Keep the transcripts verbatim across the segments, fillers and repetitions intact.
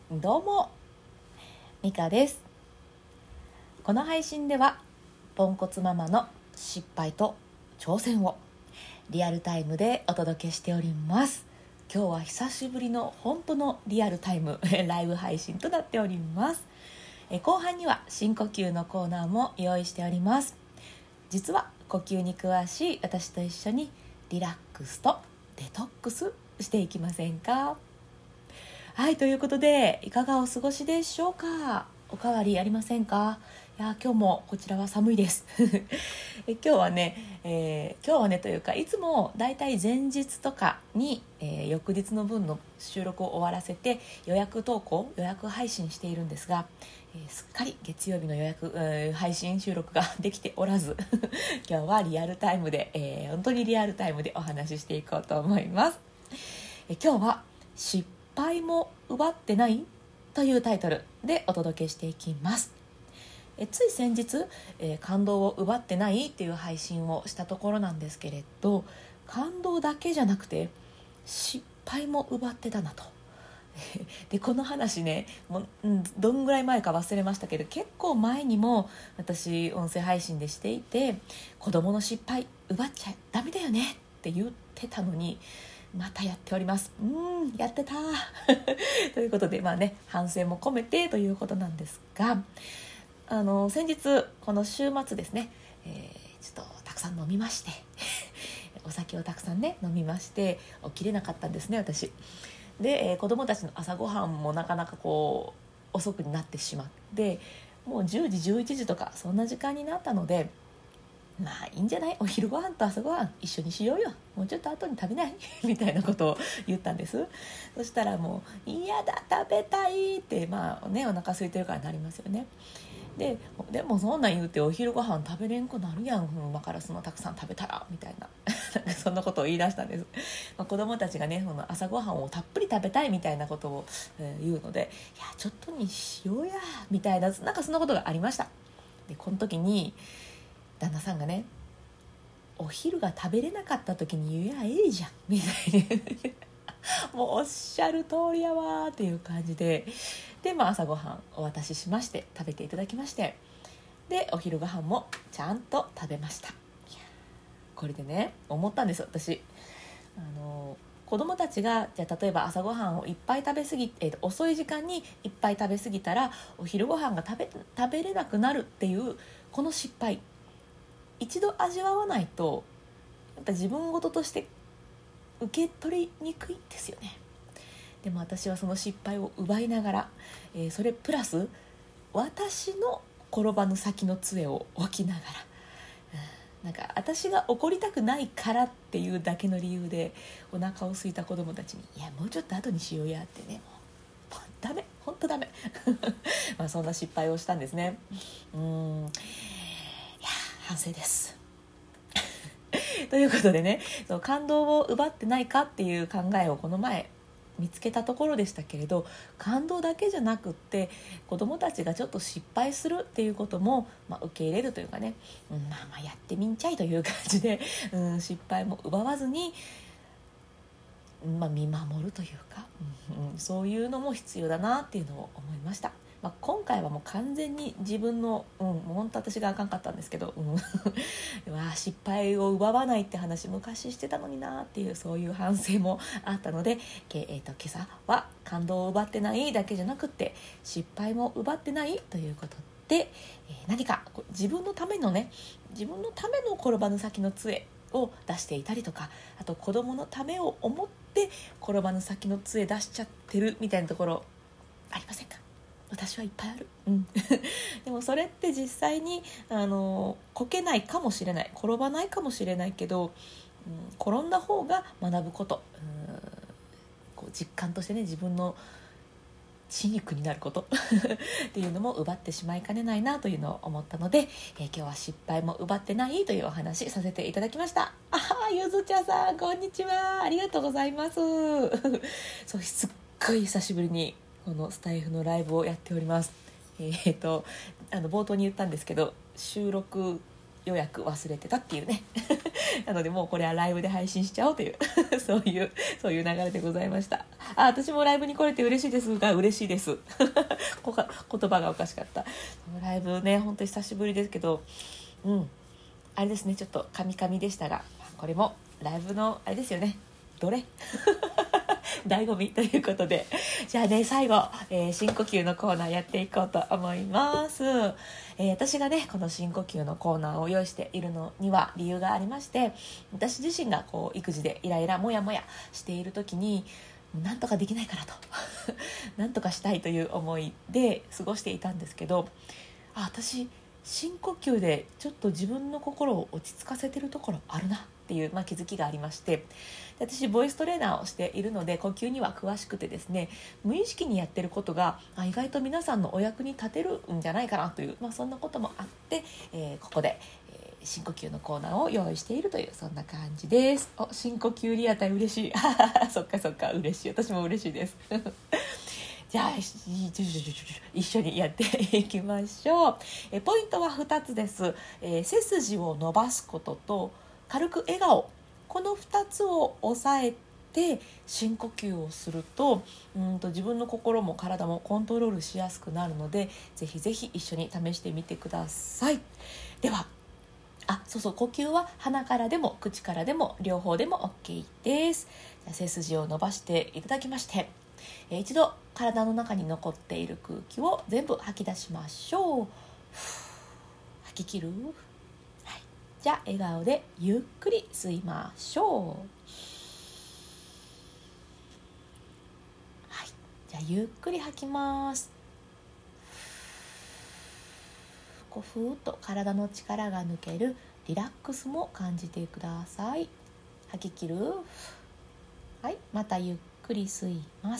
どうも、ミカです。この配信ではポンコツママの失敗と挑戦をリアルタイムでお届けしております。今日は久しぶりの本当のリアルタイムライブ配信となっております。え後半には深呼吸のコーナーも用意しております。実は呼吸に詳しい私と一緒にリラックスとデトックスしていきませんか？はい、ということでいかがお過ごしでしょうか？おかわりありませんか？いや今日もこちらは寒いですえ今日はね、えー、今日はねというかいつもだいたい前日とかに、えー、翌日の分の収録を終わらせて予約投稿予約配信しているんですが、えー、すっかり月曜日の予約、えー、配信収録ができておらず今日はリアルタイムで、えー、本当にリアルタイムでお話ししていこうと思います。えー、今日は失敗も奪ってないというタイトルでお届けしていきます。えつい先日、えー、感動を奪ってないっていう配信をしたところなんですけれど、感動だけじゃなくて失敗も奪ってたなとでこの話ねもう、うん、どんぐらい前か忘れましたけど結構前にも私音声配信でしていて、子供の失敗奪っちゃダメだよねって言ってたのにまたやっております。うんやってたということでまあね反省も込めてということなんですが、あの先日この週末ですね、えー、ちょっとたくさん飲みましてお酒をたくさんね飲みまして起きれなかったんですね私で、えー、子供たちの朝ごはんもなかなかこう遅くになってしまって、もうじゅうじじゅういちじとかそんな時間になったので、まあいいんじゃない、お昼ご飯と朝ごはん一緒にしようよ、もうちょっと後に食べないみたいなことを言ったんです。そしたらもう嫌だ食べたいってまあねお腹空いてるからなりますよね。で, でもそんなん言うてお昼ご飯食べれんくなるやん、今からそのたくさん食べたらみたいなそんなことを言い出したんです。まあ、子供たちがねその朝ごはんをたっぷり食べたいみたいなことを、えー、言うので、いやちょっとにしようやみたいな、なんかそんなことがありました。でこの時に旦那さんがね、お昼が食べれなかった時に言えばええじゃんみたいにもうおっしゃる通りやわっていう感じで、で、まあ、朝ごはんお渡ししまして食べていただきまして、でお昼ごはんもちゃんと食べました。いやこれでね思ったんです私。あの子供たちがじゃあ例えば朝ごはんをいっぱい食べ過ぎ、えー、遅い時間にいっぱい食べ過ぎたらお昼ごはんが食べ、食べれなくなるっていうこの失敗、一度味わわないとやっぱ自分事として受け取りにくいんですよね。でも私はその失敗を奪いながら、えー、それプラス私の転ばぬ先の杖を置きながら、うん、なんか私が怒りたくないからっていうだけの理由でお腹を空いた子供たちに、いやもうちょっと後にしようやってね、もうダメ本当ダメまあそんな失敗をしたんですね。うーんいや反省ですということでね、その感動を奪ってないかっていう考えをこの前見つけたところでしたけれど、感動だけじゃなくって子どもたちがちょっと失敗するっていうことも、まあ、受け入れるというかね、うん、まあまあやってみんちゃいという感じで、うん、失敗も奪わずに、まあ、見守るというか、うんうん、そういうのも必要だなっていうのを思いました。まあ、今回はもう完全に自分の、うん、もう本当私があかんかったんですけど、うん、わ失敗を奪わないって話昔してたのになっていうそういう反省もあったので、け、えーと、今朝は感動を奪ってないだけじゃなくって失敗も奪ってないということで、えー、何か自分のためのね自分のための転ばぬ先の杖を出していたりとか、あと子供のためを思って転ばぬ先の杖出しちゃってるみたいなところありませんか？私はいっぱいある、うん、でもそれって実際にあのこけないかもしれない、転ばないかもしれないけど、うん、転んだ方が学ぶこと、うん、こう実感としてね自分の血肉になることっていうのも奪ってしまいかねないなというのを思ったので、えー、今日は失敗も奪ってないというお話させていただきました。あーゆずちゃさんこんにちは、ありがとうございますそうすっごい久しぶりにこのスタイフのライブをやっております。えー、とあの冒頭に言ったんですけど収録予約忘れてたっていうねなのでもうこれはライブで配信しちゃおうというそういうそういう流れでございました。あ、私もライブに来れて嬉しいですが嬉しいですこか言葉がおかしかった。ライブね本当に久しぶりですけど、うんあれですね、ちょっとカミカミでしたが、これもライブのあれですよね、どれ醍醐味ということで、じゃあね最後、えー、深呼吸のコーナーやっていこうと思います。えー、私がねこの深呼吸のコーナーを用意しているのには理由がありまして、私自身がこう育児でイライラモヤモヤしている時になんとかできないからとなんとかしたいという思いで過ごしていたんですけど、あ、私深呼吸でちょっと自分の心を落ち着かせてるところあるなっていう、まあ、気づきがありまして、で私ボイストレーナーをしているので呼吸には詳しくてですね、無意識にやってることがあ意外と皆さんのお役に立てるんじゃないかなという、まあ、そんなこともあって、えー、ここで、えー、深呼吸のコーナーを用意しているというそんな感じです。お深呼吸リアタイ嬉しいそっかそっか嬉しい、私も嬉しいですじゃあ一緒にやっていきましょう。えポイントはふたつです。えー、背筋を伸ばすことと軽く笑顔、このふたつを抑えて深呼吸をすると、うんと自分の心も体もコントロールしやすくなるので、ぜひぜひ一緒に試してみてください。ではあ、そうそう、呼吸は鼻からでも口からでも両方でも OK です。じゃあ背筋を伸ばしていただきまして、えー、一度体の中に残っている空気を全部吐き出しましょう。吐き切る、はい、じゃあ笑顔でゆっくり吸いましょう。はい、じゃあゆっくり吐きます。こうふーっと体の力が抜けるリラックスも感じてください。吐き切る、はい、またゆっくり吸います。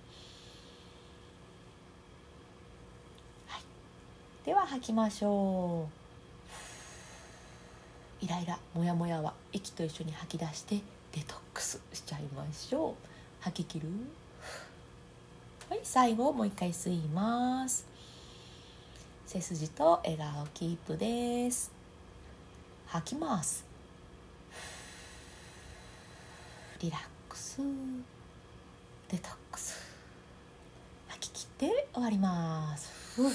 では吐きましょう。イライラモヤモヤは息と一緒に吐き出してデトックスしちゃいましょう。吐き切る、はい、最後もう一回吸います。背筋と笑顔キープです。吐きます。リラックス、デトックス、吐き切って終わります。ふう、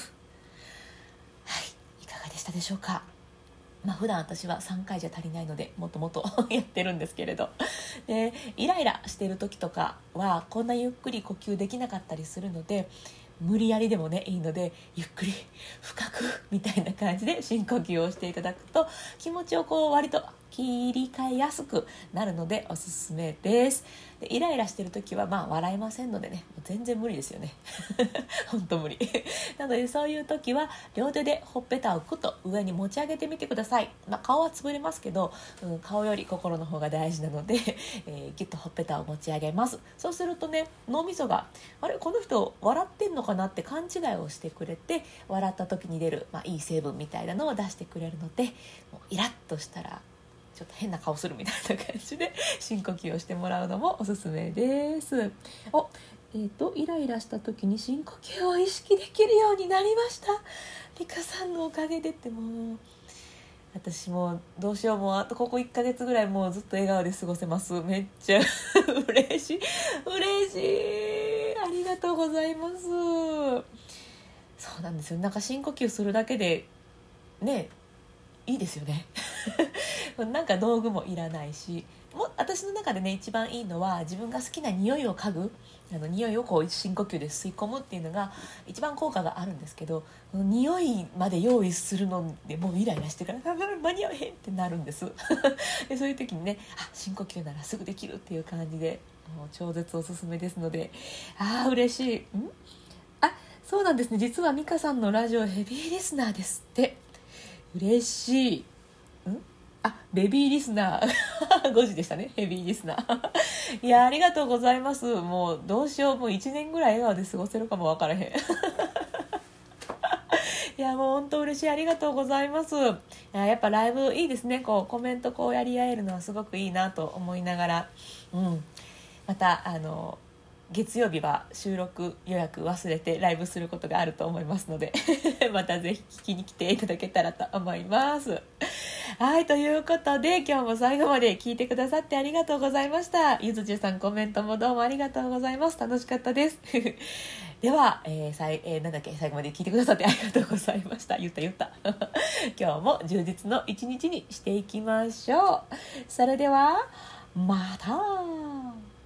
でしょうか。まあ、普段私はさんかいじゃ足りないのでもっともっとやってるんですけれど、でイライラしてる時とかはこんなゆっくり呼吸できなかったりするので、無理やりでもねいいのでゆっくり深くみたいな感じで深呼吸をしていただくと気持ちをこう割と切り替えやすくなるのでおすすめです。でイライラしてる時はまあ笑えませんのでね、もう全然無理ですよね本当無理なのでそういう時は両手でほっぺたをくっと上に持ち上げてみてください。まあ、顔は潰れますけど、うん、顔より心の方が大事なので、えー、ギュッとほっぺたを持ち上げます。そうするとね脳みそがあれこの人笑ってんのかなって勘違いをしてくれて、笑った時に出る、まあ、いい成分みたいなのを出してくれるので、もうイラッとしたらちょっと変な顔するみたいな感じで深呼吸をしてもらうのもおすすめです。お、えーと、イライラした時に深呼吸を意識できるようになりました。リカさんのおかげでって、もう私もどうしよう、もうあとここいっかげつぐらいもうずっと笑顔で過ごせます。めっちゃ嬉しい嬉しい、ありがとうございます。そうなんですよ、なんか深呼吸するだけでねいいですよねなんか道具もいらないし、も私の中でね一番いいのは自分が好きな匂いを嗅ぐ、あの匂いをこう深呼吸で吸い込むっていうのが一番効果があるんですけど、匂いまで用意するのでもうイライラしてから間に合えへんってなるんですでそういう時にね、あ深呼吸ならすぐできるっていう感じでもう超絶おすすめですので、あー嬉しい。んあそうなんですね、実は美香さんのラジオヘビーリスナーですって。嬉しい。んあベビーリスナーごじでしたね、ヘビーリスナーいやありがとうございます。もうどうしよう、もういちねんぐらい笑顔で過ごせるかもわからへんいやもう本当嬉しい、ありがとうございます。いややっぱライブいいですね、こうコメントこうやり合えるのはすごくいいなと思いながら、うん、またあの月曜日は収録予約忘れてライブすることがあると思いますのでまたぜひ聞きに来ていただけたらと思います。 はい、ということで今日も最後まで聞いてくださってありがとうございました。ゆずちゅさん、コメントもどうもありがとうございます。楽しかったですでは、えーさいえーなんだっけ最後まで聞いてくださってありがとうございました。言った言った今日も充実の一日にしていきましょう。それではまた。